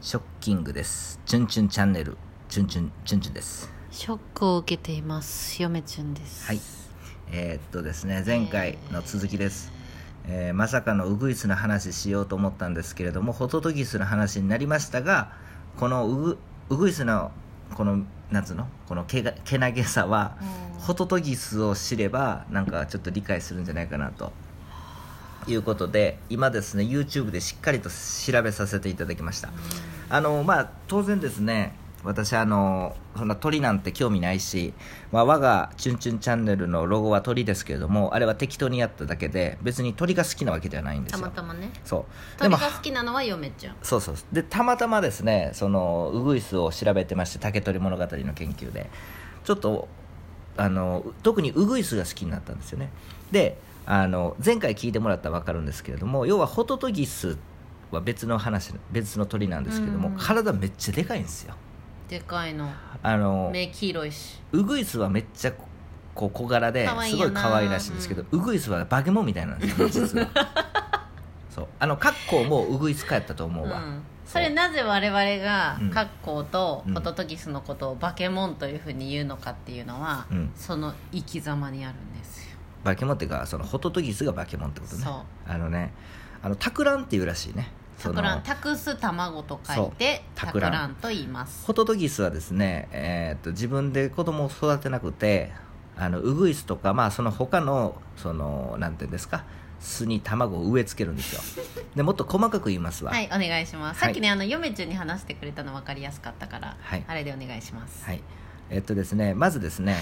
ショッキングです。チュンチュンチャンネル、チュンチュンチュンチュンです。 ショックを受けています。嫁チュンです。 はい。ですね、前回の続きです。まさかのウグイスの話しようと思ったんですけれども、ホトトギスの話になりましたが、このウグイスのこの夏のこのけなげさは、ホトトギスを知ればなんかちょっと理解するんじゃないかなということで、今ですね YouTube でしっかりと調べさせていただきました。当然ですね、私そんな鳥なんて興味ないし、我がチュンチュンチャンネルのロゴは鳥ですけれども、あれは適当にやっただけで、別に鳥が好きなわけではないんですよ。 たまたまね。 そう鳥が好きなのは嫁ちゃん。 そうでたまたまですね、そのウグイスを調べてまして、竹取物語の研究でちょっと特にウグイスが好きになったんですよね。で前回聞いてもらったら分かるんですけれども、要はホトトギスは別の鳥なんですけれども、体めっちゃでかいんですよ。 でかいの。目黄色いし。 ウグイスはめっちゃ小柄ですごい可愛らしいんですけど、ウグイスはバケモンみたいなんですよ実は。そう格好もウグイスかやったと思うわ。 それなぜ我々がカッコウとホトトギスのことをバケモンというふうに言うのかっていうのは、その生き様にあるんですよ。 バケモンっていうか、そのホトトギスがバケモンってことね。 そうタクランっていうらしいね。 託す卵と書いてタクランと言います。 ホトトギスはですね、自分で子供を育てなくて、ウグイスとか、その他のなんていうんですか、巣に卵を植え付けるんですよ。でもっと細かく言いますわ。 はい、お願いします。さっきね、嫁ちゃんに話してくれたの分かりやすかったから、はい、あれでお願いします。 はい。ですね、まずですね、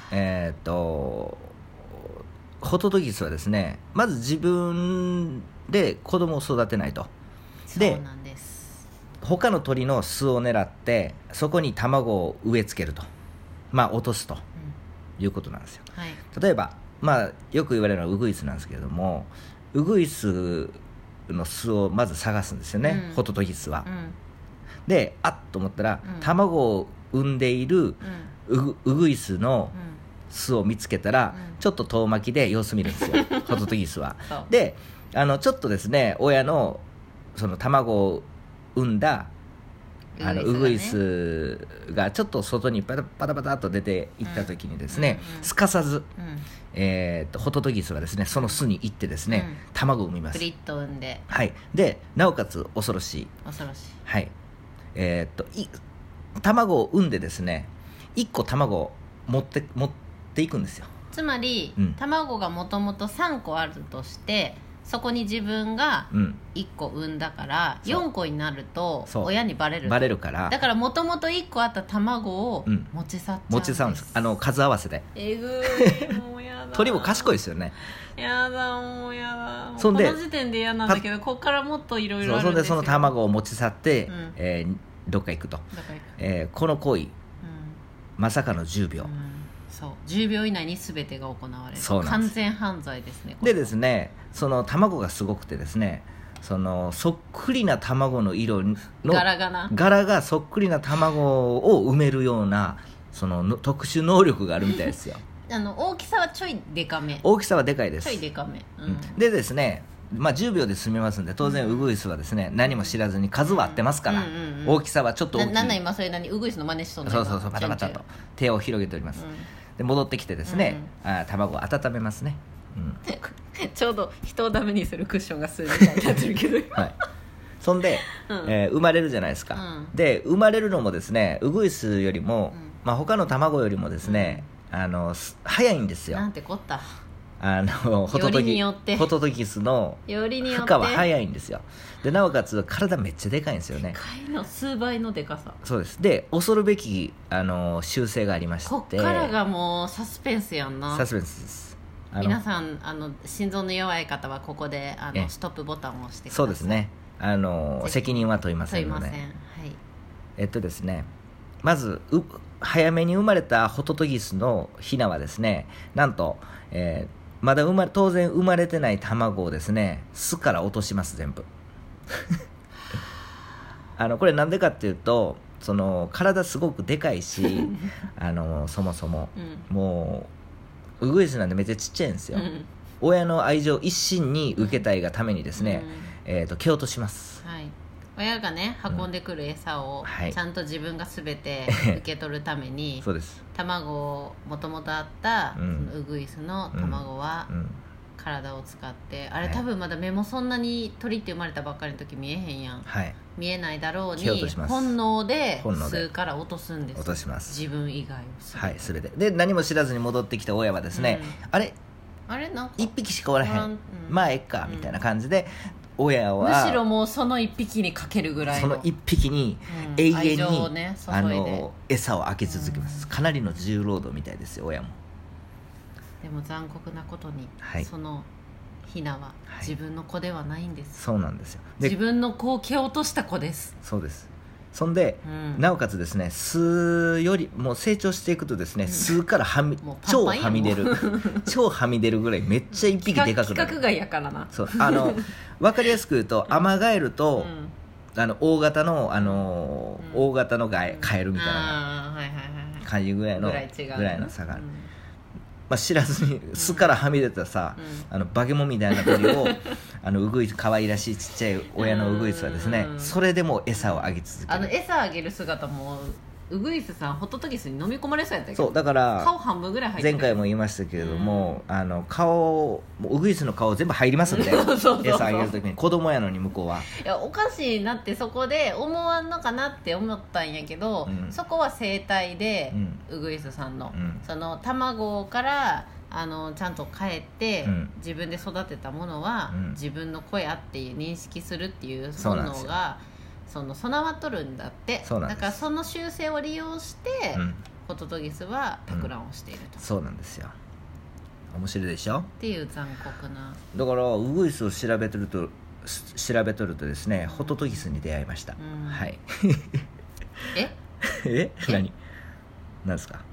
ホトトギスはですね、まず自分で子供を育てないと。 そうなんです。 他の鳥の巣を狙ってそこに卵を植え付けると、落とすということなんですよ。 はい、 例えば、よく言われるのはウグイスなんですけれども、ウグイスの巣をまず探すんですよね、ホトトギスは。で、あっと思ったら、卵を産んでいるウグイスの巣を見つけたら、ちょっと遠巻きで様子見るんですよホトトギスは。でちょっとですね、親のその卵を産んだウグイスがちょっと外にパタパタっと出ていった時にですね、すかさず、ホトトギスはですね、その巣に行ってですね、卵を産みます。 プリッと産んで、 はい。でなおかつ恐ろしい、はい、卵を産んでですね、1個卵を持っていくんですよ。 つまり、卵がもともと3個あるとして、そこに自分が1個産んだから、4個になると親にバレるから、 だからもともと1個あった卵を持ち去っちゃうんです。 持ち去るんです。数合わせで。 えぐい、もうやだ。 鳥も賢いですよね。 やだ、もうやだ。この時点で嫌なんだけど、ここからもっといろいろあるんですよ。 その卵を持ち去って、どっか行くと。この行為、まさかの10秒、 そう10秒以内に全てが行われる。完全犯罪ですね。 でですね、その卵がすごくてですね、そっくりな卵の色の柄がそっくりな卵を埋めるような特殊能力があるみたいですよ。 大きさはちょいでかめ。 大きさはでかいです。 ちょいでかめ、 でですね、10秒で済みますんで、当然ウグイスはですね、何も知らずに数は合ってますから、大きさはちょっと大きい。 なんだ今それウグイスの真似しそうな。 そうパタパタと手を広げております。で戻ってきてですね、卵を温めますね。 ちょうど人をダメにするクッションが数みたいになってるけど、 はい、そんで、生まれるじゃないですか。で生まれるのもですね、ウグイスよりも、他の卵よりもですね、早いんですよ。 なんてこった。 ホトトギスの孵化は早いんですよ。でなおかつ体めっちゃでかいんですよね。 でかいの、数倍のでかさ。 そうです。で恐るべき習性がありまして、 こっからがもうサスペンスやんな。 サスペンスです。 皆さん心臓の弱い方はここでストップボタンを押してください。 そうですね、責任は問いませんので。はい、ですね、まず早めに生まれたホトトギスのヒナはですね、なんと、まだ当然生まれてない卵をですね、巣から落とします、全部。これなんでかっていうと、体すごくでかいしそもそも、もうウグイスなんでめっちゃちっちゃいんですよ。親の愛情一心に受けたいがためにですね、蹴落とします。 親がね運んでくる餌をちゃんと自分が全て受け取るために、 そうです。 卵もともとあった、そのウグイスの卵は、体を使ってあれ、多分まだ目もそんなに鳥って生まれたばっかりの時見えへんやん、見えないだろうに本能で吸うから落とすんです。 落とします。 自分以外を全てで、何も知らずに戻ってきた親はですね、あれなんか 1匹しかおらへん、まあえっかみたいな感じで、親はむしろもうその1匹にかけるぐらいのその1匹に永遠に、 愛情をね注いで餌をあげ続けます、かなりの重労働みたいですよ、親も。 でも残酷なことに、そのヒナは自分の子ではないんです、 そうなんですよ。 自分の子を蹴落とした子です。 そうです。そんで、なおかつですね、巣よりもう成長していくとですね、巣から超はみ出る超はみ出るぐらいめっちゃ一匹でかくなる。 規格外やからな。 そう、分かりやすく言うとアマガエルと、大型のカエルみたいな感じぐらいの差がある。知らずに巣からはみ出たさ、バケモンみたいな鳥をウグイス、可愛らしいちっちゃい親のウグイスはですね、それでも餌をあげ続ける。 餌あげる姿もウグイスさんホトトギスに飲み込まれそうやったけど、 そうだから顔半分ぐらい入ってる。 前回も言いましたけれども、ウグイスの顔全部入りますんで餌あげるときに子供やのに向こうはいやおかしいなってそこで思わんのかなって思ったんやけど、そこは生態で、ウグイスさんの、その卵からちゃんと帰って、自分で育てたものは、自分の子やっていう認識するっていう本能が備わっとるんだって。だからその習性を利用して、ホトトギスは托卵をしていると、 そうなんですよ。面白いでしょっていう残酷な。 だからウグイスを調べとるとですね、ホトトギスに出会いました、はい何ですか。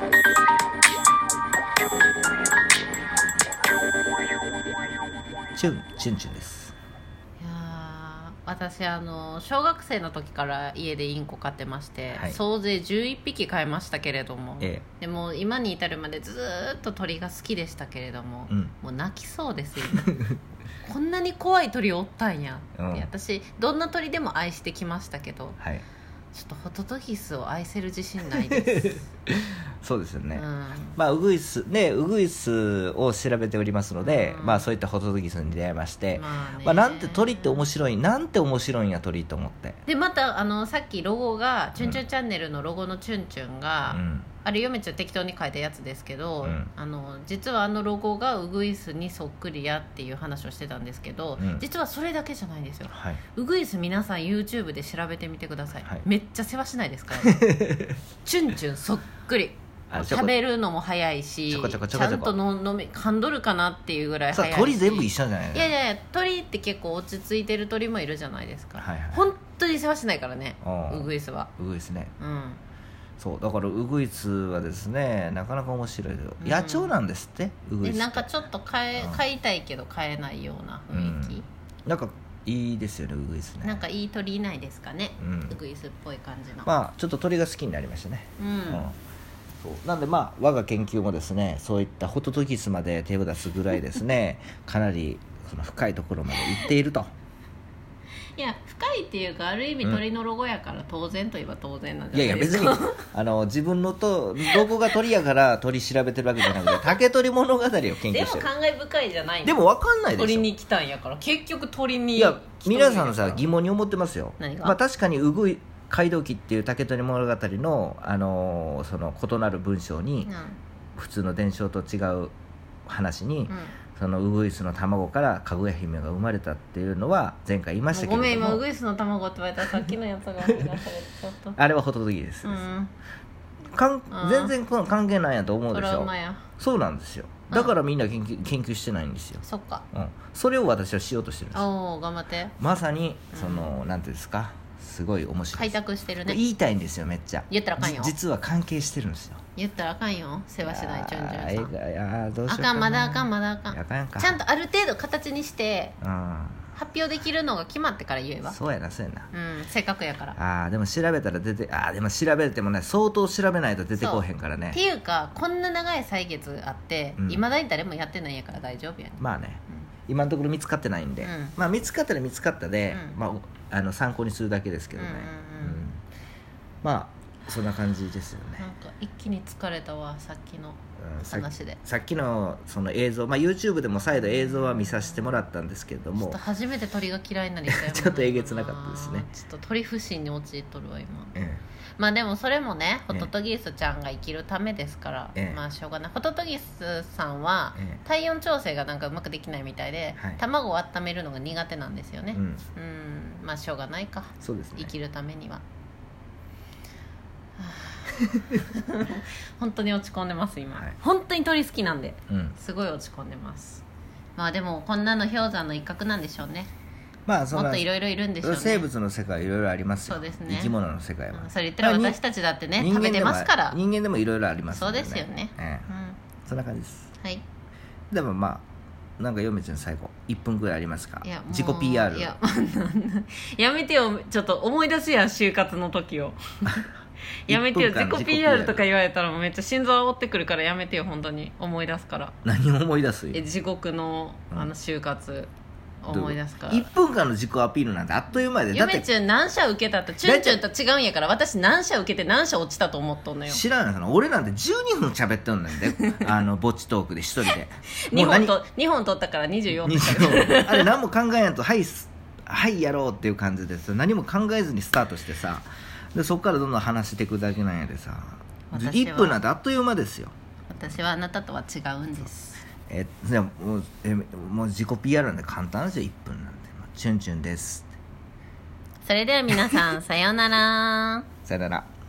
チュンチュンです。 いや私小学生の時から家でインコ飼ってまして、総勢11匹飼いましたけれども、でも今に至るまでずっと鳥が好きでしたけれども、もう泣きそうですよこんなに怖い鳥おったんやって、私どんな鳥でも愛してきましたけど、ちょっとホトトギスを愛せる自信ないですそうですよね、ウグイスを調べておりますので、そういったホトトギスに出会いまして、なんて鳥って面白い、なんて面白いんや鳥と思って。 でまたさっきロゴがチュンチュンチャンネルのロゴのチュンチュンが、あれ嫁ちゃん適当に書いたやつですけど、実はロゴがウグイスにそっくりやっていう話をしてたんですけど、実はそれだけじゃないんですよ、ウグイス皆さん YouTube で調べてみてください、めっちゃ世話しないですからチュンチュンそっくり、食べるのも早いし、ちゃんと噛んどるかなっていうぐらい早いし。 鳥全部一緒じゃないの。 いや鳥って結構落ち着いてる鳥もいるじゃないですか、本当に世話しないからね、ウグイスは。 ウグイスね、そうだからウグイスはですね、なかなか面白いけど、野鳥なんですってウグイスって。 なんかちょっと飼いたいけど飼えないような雰囲気、 なんかいいですよねウグイスね。 なんかいい鳥いないですかね、ウグイスっぽい感じの。 ちょっと鳥が好きになりましたね。そうなんで我が研究もですね、そういったホトトギスまで手を出すぐらいですねかなりその深いところまで行っていると。 いや深いっていうか、ある意味鳥のロゴやから当然といえば当然なんじゃないですか。 いや別に自分のロゴが鳥やから鳥調べてるわけじゃなくて、竹取物語を研究してる。 でも感慨深いじゃないの。 でも分かんないでしょ、 鳥に来たんやから。結局鳥に。 いや皆さんさ疑問に思ってますよ。 何が？ 確かに街道記っていう竹取物語のその異なる文章に、普通の伝承と違う話に、そのウグイスの卵からかぐや姫が生まれたっていうのは前回言いましたけれども。 ごめん、今ウグイスの卵って言われたらさっきのやつが思い出されてちょっとあれはホトトギです、全然関係ないやと思うでしょ。そうなんですよ。だからみんな研究してないんですよ。 そっか、 それを私はしようとしてるんですよ。 頑張って。 まさになんていうんですか、すごい面白い。 開拓してるね。 言いたいんですよ、めっちゃ。 言ったらあかんよ。 実は関係してるんですよ。 言ったらあかんよ、世話しないチュンチュンさん。 いやどうしようかな。 あかん、まだあかんまだあかん。 あかんか。 ちゃんとある程度形にして発表できるのが決まってから言えば。 そうやなそうやな、 せっかくやから。 でも調べたらでも調べてもね、相当調べないと出てこへんからね。 っていうかこんな長い歳月あっていまだに誰もやってないんやから大丈夫やね。 まあね、 今のところ見つかってないんで、まあ見つかったら見つかったで、まあ、参考にするだけですけどね、まあそんな感じですよね。 なんか一気に疲れたわ、さっきの話で。 さっきのその映像、まあ、YouTube でも再度映像は見させてもらったんですけれども、 ちょっと初めて鳥が嫌いになりたいちょっとえげつなかったですね。 ちょっと鳥不信に陥っとるわ今、まあでもそれもね、ホトトギスちゃんが生きるためですから、まあしょうがない。ホトトギスさんは体温調整がなんかうまくできないみたいで、卵を温めるのが苦手なんですよね。まあしょうがないか。 そうですね、 生きるためには。本当に落ち込んでます今、本当に鳥好きなんで、すごい落ち込んでます。まあでもこんなの氷山の一角なんでしょうね。まあ、もっといろいろいるんでしょうね。 生物の世界いろいろありますよ。 そうですね、 生き物の世界は、 それ言ったら私たちだってね、食べてますから。 人間でもいろいろありますので、ね、そうですよね、 そんな感じです。 はい。 でもまあなんかヨメちゃん最後1分ぐらいありますか？自己 PR。 いややめてよ、ちょっと思い出すやん、就活の時をやめてよ、自己 PR とか言われたらめっちゃ心臓煽ってくるからやめてよ、本当に思い出すから。 何を思い出す？ 地獄の就活思い出すから。 1分間の自己アピールなんてあっという間で。 ゆめちゅん何社受けたって、チュンチュンと違うんやから。私何社受けて何社落ちたと思っとんのよ。 知らないかな、俺なんて12分喋ってんねんでぼっちトークで一人で 2本取ったから24 分あれ何も考えやんとはいやろうっていう感じです。何も考えずにスタートしてさ、でそこからどんどん話していくだけなんやでさ、1分なんてあっという間ですよ。 私はあなたとは違うんです。 じゃあもう自己 PR なんで簡単ですよ、1分なんで。チュンチュンです。 それでは皆さんさようなら。 さよなら。